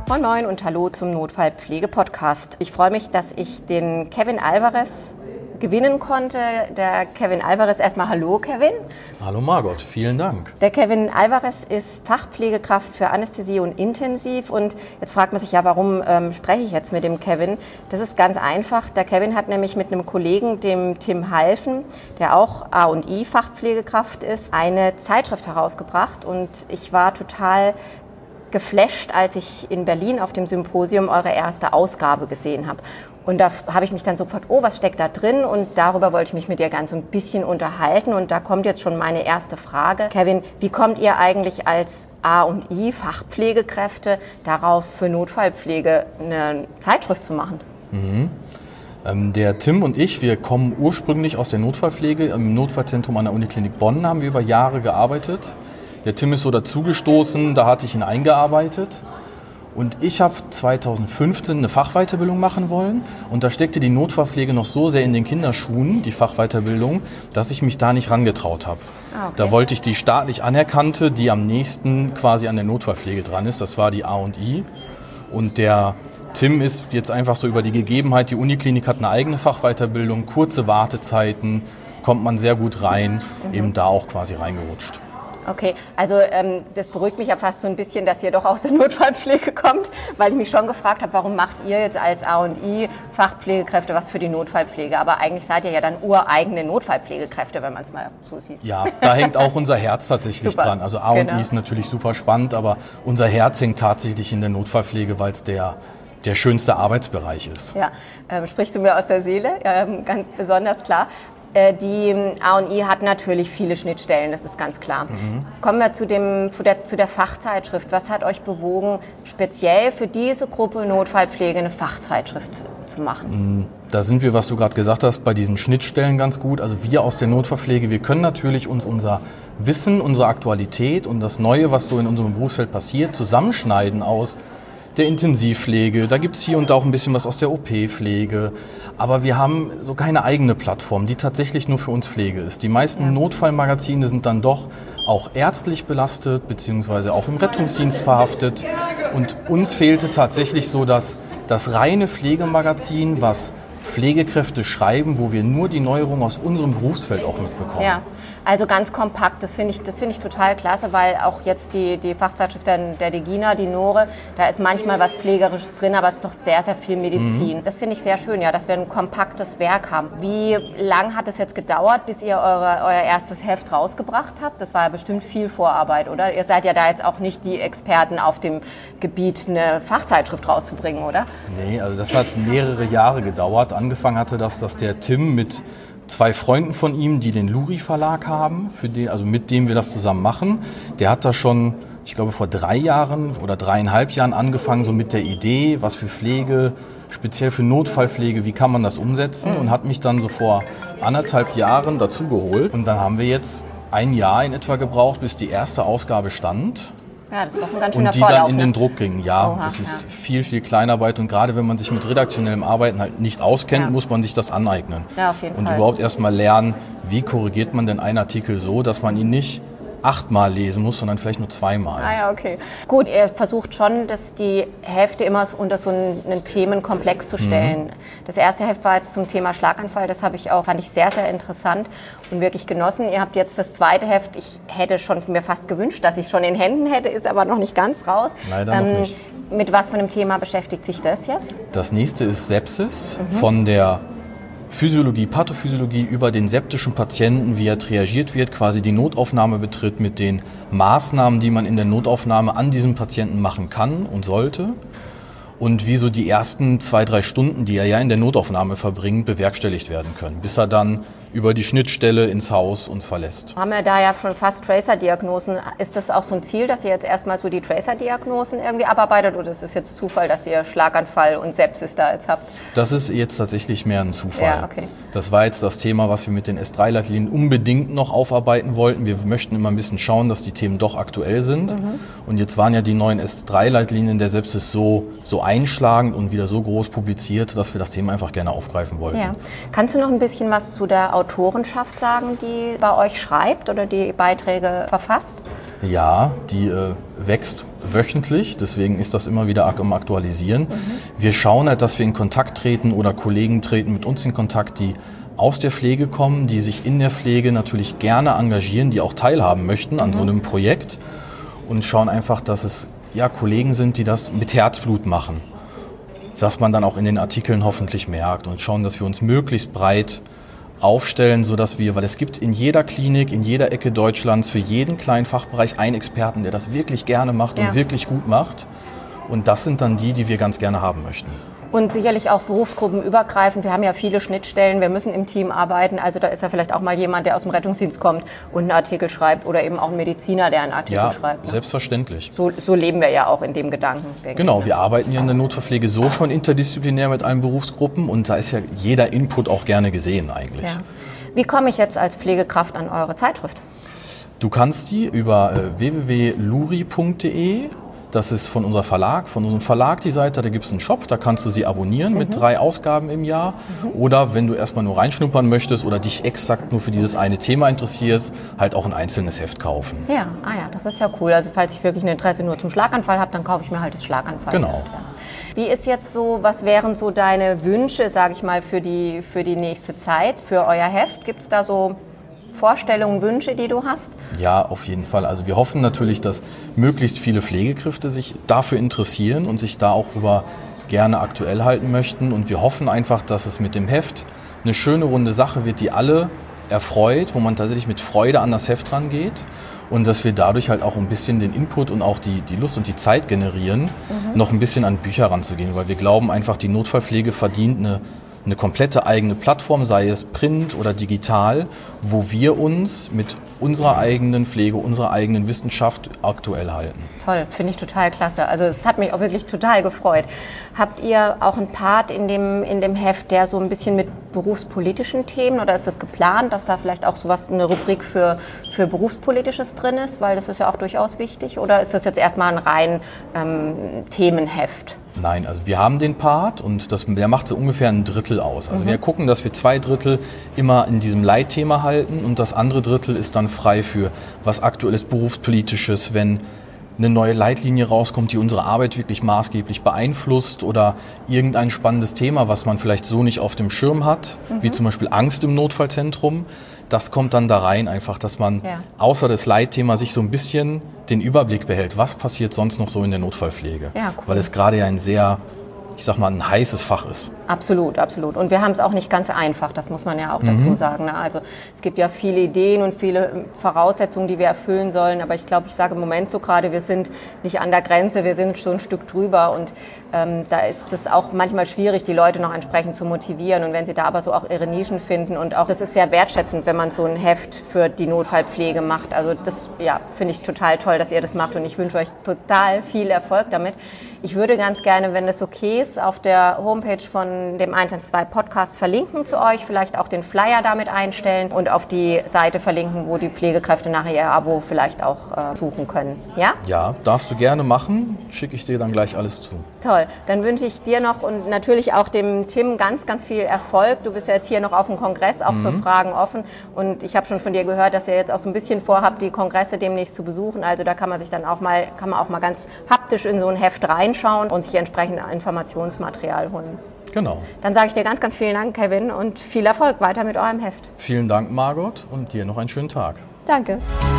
Moin Moin und hallo zum Notfallpflege-Podcast. Ich freue mich, dass ich den Kevin Alvarez gewinnen konnte. Der Kevin Alvarez, erstmal hallo Kevin. Hallo Margot, vielen Dank. Der Kevin Alvarez ist Fachpflegekraft für Anästhesie und Intensiv und jetzt fragt man sich ja, warum spreche ich jetzt mit dem Kevin? Das ist ganz einfach. Der Kevin hat nämlich mit einem Kollegen, dem Tim Halfen, der auch A&I Fachpflegekraft ist, eine Zeitschrift herausgebracht und ich war total geflasht, als ich in Berlin auf dem Symposium eure erste Ausgabe gesehen habe. Und da habe ich mich dann so gefragt, oh, was steckt da drin? Und darüber wollte ich mich mit dir ganz so ein bisschen unterhalten. Und da kommt jetzt schon meine erste Frage. Kevin, wie kommt ihr eigentlich als A&I Fachpflegekräfte darauf, für Notfallpflege eine Zeitschrift zu machen? Der Tim und ich, wir kommen ursprünglich aus der Notfallpflege. Im Notfallzentrum an der Uniklinik Bonn haben wir über Jahre gearbeitet. Der Tim ist so dazugestoßen, da hatte ich ihn eingearbeitet. Und ich habe 2015 eine Fachweiterbildung machen wollen und da steckte die Notfallpflege noch so sehr in den Kinderschuhen, die Fachweiterbildung, dass ich mich da nicht rangetraut habe. Okay. Da wollte ich die staatlich anerkannte, die am nächsten quasi an der Notfallpflege dran ist, das war die A&I. Und der Tim ist jetzt einfach so über die Gegebenheit, die Uniklinik hat eine eigene Fachweiterbildung, kurze Wartezeiten, kommt man sehr gut rein, eben da auch quasi reingerutscht. Okay, also das beruhigt mich ja fast so ein bisschen, dass ihr doch aus der Notfallpflege kommt, weil ich mich schon gefragt habe, warum macht ihr jetzt als A&I Fachpflegekräfte was für die Notfallpflege? Aber eigentlich seid ihr ja dann ureigene Notfallpflegekräfte, wenn man es mal so sieht. Ja, da hängt auch unser Herz tatsächlich dran. Also A&I ist natürlich super spannend, aber unser Herz hängt tatsächlich in der Notfallpflege, weil es der schönste Arbeitsbereich ist. Ja, sprichst du mir aus der Seele, ganz besonders klar. Die A&I hat natürlich viele Schnittstellen, das ist ganz klar. Kommen wir zu der Fachzeitschrift. Was hat euch bewogen, speziell für diese Gruppe Notfallpflege eine Fachzeitschrift zu machen? Da sind wir, was du gerade gesagt hast, bei diesen Schnittstellen ganz gut. Also wir aus der Notfallpflege, wir können natürlich uns unser Wissen, unsere Aktualität und das Neue, was so in unserem Berufsfeld passiert, zusammenschneiden aus der Intensivpflege, da gibt es hier und da auch ein bisschen was aus der OP-Pflege, aber wir haben so keine eigene Plattform, die tatsächlich nur für uns Pflege ist. Die meisten Notfallmagazine sind dann doch auch ärztlich belastet, beziehungsweise auch im Rettungsdienst verhaftet und uns fehlte tatsächlich so das reine Pflegemagazin, was Pflegekräfte schreiben, wo wir nur die Neuerungen aus unserem Berufsfeld auch mitbekommen. Ja. Also ganz kompakt, das finde ich total klasse, weil auch jetzt die Fachzeitschrift der Degina, die Nore, da ist manchmal was Pflegerisches drin, aber es ist doch sehr, sehr viel Medizin. Das finde ich sehr schön, ja, dass wir ein kompaktes Werk haben. Wie lang hat es jetzt gedauert, bis ihr euer erstes Heft rausgebracht habt? Das war ja bestimmt viel Vorarbeit, oder? Ihr seid ja da jetzt auch nicht die Experten auf dem Gebiet, eine Fachzeitschrift rauszubringen, oder? Nee, also das hat mehrere Jahre gedauert. Angefangen hatte das, dass der Tim mit 2 Freunden von ihm, die den Luri Verlag haben, mit dem wir das zusammen machen. Der hat da schon, ich glaube vor 3 Jahren oder 3,5 Jahren angefangen, so mit der Idee, was für Pflege, speziell für Notfallpflege, wie kann man das umsetzen und hat mich dann so vor 1,5 Jahren dazugeholt. Und dann haben wir jetzt 1 Jahr in etwa gebraucht, bis die erste Ausgabe stand. Ja, das ist doch ein ganz schöner Und die Vorlauf, dann in den Druck ging. Ja, Oha, das ist viel, viel Kleinarbeit und gerade wenn man sich mit redaktionellem Arbeiten halt nicht auskennt, muss man sich das aneignen. Ja, auf jeden Fall. Und überhaupt erstmal lernen, wie korrigiert man denn einen Artikel so, dass man ihn nicht 8-mal lesen muss, sondern vielleicht nur 2-mal. Ah ja, okay. Gut, ihr versucht schon, dass die Hefte immer unter so einen Themenkomplex zu stellen. Das erste Heft war jetzt zum Thema Schlaganfall, das fand ich sehr, sehr interessant und wirklich genossen. Ihr habt jetzt das zweite Heft, ich hätte schon mir fast gewünscht, dass ich es schon in Händen hätte, ist aber noch nicht ganz raus. Leider noch nicht. Mit was für einem Thema beschäftigt sich das jetzt? Das nächste ist Sepsis, von der Physiologie, Pathophysiologie über den septischen Patienten, wie er triagiert wird, quasi die Notaufnahme betritt mit den Maßnahmen, die man in der Notaufnahme an diesem Patienten machen kann und sollte. Und wie so die ersten 2-3 Stunden, die er ja in der Notaufnahme verbringt, bewerkstelligt werden können, bis er dann über die Schnittstelle ins Haus uns verlässt. Haben wir da ja schon fast Tracer-Diagnosen. Ist das auch so ein Ziel, dass ihr jetzt erstmal so die Tracer-Diagnosen irgendwie abarbeitet oder ist es jetzt Zufall, dass ihr Schlaganfall und Sepsis da jetzt habt? Das ist jetzt tatsächlich mehr ein Zufall. Ja, okay. Das war jetzt das Thema, was wir mit den S3-Leitlinien unbedingt noch aufarbeiten wollten. Wir möchten immer ein bisschen schauen, dass die Themen doch aktuell sind. Und jetzt waren ja die neuen S3-Leitlinien der Sepsis so einschlagend und wieder so groß publiziert, dass wir das Thema einfach gerne aufgreifen wollten. Ja. Kannst du noch ein bisschen was zu der Autorenschaft sagen, die bei euch schreibt oder die Beiträge verfasst? Ja, die wächst wöchentlich, deswegen ist das immer wieder am Aktualisieren. Wir schauen halt, dass wir in Kontakt treten oder Kollegen treten mit uns in Kontakt, die aus der Pflege kommen, die sich in der Pflege natürlich gerne engagieren, die auch teilhaben möchten an so einem Projekt und schauen einfach, dass es Kollegen sind, die das mit Herzblut machen. Was man dann auch in den Artikeln hoffentlich merkt und schauen, dass wir uns möglichst breit aufstellen, sodass weil es gibt in jeder Klinik, in jeder Ecke Deutschlands für jeden kleinen Fachbereich einen Experten, der das wirklich gerne macht und wirklich gut macht. Und das sind dann die wir ganz gerne haben möchten. Und sicherlich auch berufsgruppenübergreifend. Wir haben ja viele Schnittstellen, wir müssen im Team arbeiten. Also da ist ja vielleicht auch mal jemand, der aus dem Rettungsdienst kommt und einen Artikel schreibt oder eben auch ein Mediziner, der einen Artikel schreibt. Ja, selbstverständlich. So leben wir ja auch in dem Gedanken. Genau, wir arbeiten ja in der Notfallpflege so schon interdisziplinär mit allen Berufsgruppen und da ist ja jeder Input auch gerne gesehen eigentlich. Ja. Wie komme ich jetzt als Pflegekraft an eure Zeitschrift? Du kannst die über www.luri.de. Das ist von unserem Verlag die Seite, da gibt es einen Shop, da kannst du sie abonnieren mit 3 Ausgaben im Jahr. Oder wenn du erstmal nur reinschnuppern möchtest oder dich exakt nur für dieses eine Thema interessierst, halt auch ein einzelnes Heft kaufen. Ja, das ist ja cool. Also falls ich wirklich ein Interesse nur zum Schlaganfall habe, dann kaufe ich mir halt das Schlaganfall. Genau. Wie ist jetzt so, was wären so deine Wünsche, sage ich mal, für die nächste Zeit, für euer Heft? Gibt es da so Vorstellungen, Wünsche, die du hast? Ja, auf jeden Fall. Also wir hoffen natürlich, dass möglichst viele Pflegekräfte sich dafür interessieren und sich da auch gerne aktuell halten möchten. Und wir hoffen einfach, dass es mit dem Heft eine schöne runde Sache wird, die alle erfreut, wo man tatsächlich mit Freude an das Heft rangeht und dass wir dadurch halt auch ein bisschen den Input und auch die Lust und die Zeit generieren, noch ein bisschen an Bücher ranzugehen, weil wir glauben einfach, die Notfallpflege verdient eine komplette eigene Plattform, sei es print oder digital, wo wir uns mit unserer eigenen Pflege, unserer eigenen Wissenschaft aktuell halten. Toll, finde ich total klasse. Also es hat mich auch wirklich total gefreut. Habt ihr auch einen Part in dem Heft, der so ein bisschen mit berufspolitischen Themen, oder ist das geplant, dass da vielleicht auch sowas, eine Rubrik für Berufspolitisches drin ist? Weil das ist ja auch durchaus wichtig. Oder ist das jetzt erstmal ein rein Themenheft? Nein, also wir haben den Part und der macht so ungefähr ein Drittel aus. Also wir gucken, dass wir 2 Drittel immer in diesem Leitthema halten und das andere Drittel ist dann frei für was aktuelles Berufspolitisches, wenn eine neue Leitlinie rauskommt, die unsere Arbeit wirklich maßgeblich beeinflusst oder irgendein spannendes Thema, was man vielleicht so nicht auf dem Schirm hat, wie zum Beispiel Angst im Notfallzentrum. Das kommt dann da rein, einfach, dass man außer das Leitthema sich so ein bisschen den Überblick behält, was passiert sonst noch so in der Notfallpflege. Ja, cool. Weil es gerade ja ein sehr, ein heißes Fach ist. Absolut, absolut. Und wir haben es auch nicht ganz einfach, das muss man ja auch dazu sagen. Ne? Also es gibt ja viele Ideen und viele Voraussetzungen, die wir erfüllen sollen. Aber ich glaube, ich sage im Moment so gerade, wir sind nicht an der Grenze, wir sind schon ein Stück drüber. Und da ist es auch manchmal schwierig, die Leute noch entsprechend zu motivieren. Und wenn sie da aber so auch ihre Nischen finden und auch, das ist sehr wertschätzend, wenn man so ein Heft für die Notfallpflege macht. Also das finde ich total toll, dass ihr das macht und ich wünsche euch total viel Erfolg damit. Ich würde ganz gerne, wenn es okay ist, auf der Homepage von dem 112 Podcast verlinken zu euch, vielleicht auch den Flyer damit einstellen und auf die Seite verlinken, wo die Pflegekräfte nachher ihr Abo vielleicht auch suchen können. Ja? Ja, darfst du gerne machen, schicke ich dir dann gleich alles zu. Toll, dann wünsche ich dir noch und natürlich auch dem Tim ganz, ganz viel Erfolg. Du bist ja jetzt hier noch auf dem Kongress, auch für Fragen offen und ich habe schon von dir gehört, dass ihr jetzt auch so ein bisschen vorhabt, die Kongresse demnächst zu besuchen. Also da kann man sich dann auch mal ganz haptisch in so ein Heft reinschauen und sich entsprechend Informationsmaterial holen. Genau. Dann sage ich dir ganz, ganz vielen Dank, Kevin, und viel Erfolg weiter mit eurem Heft. Vielen Dank, Margot, und dir noch einen schönen Tag. Danke.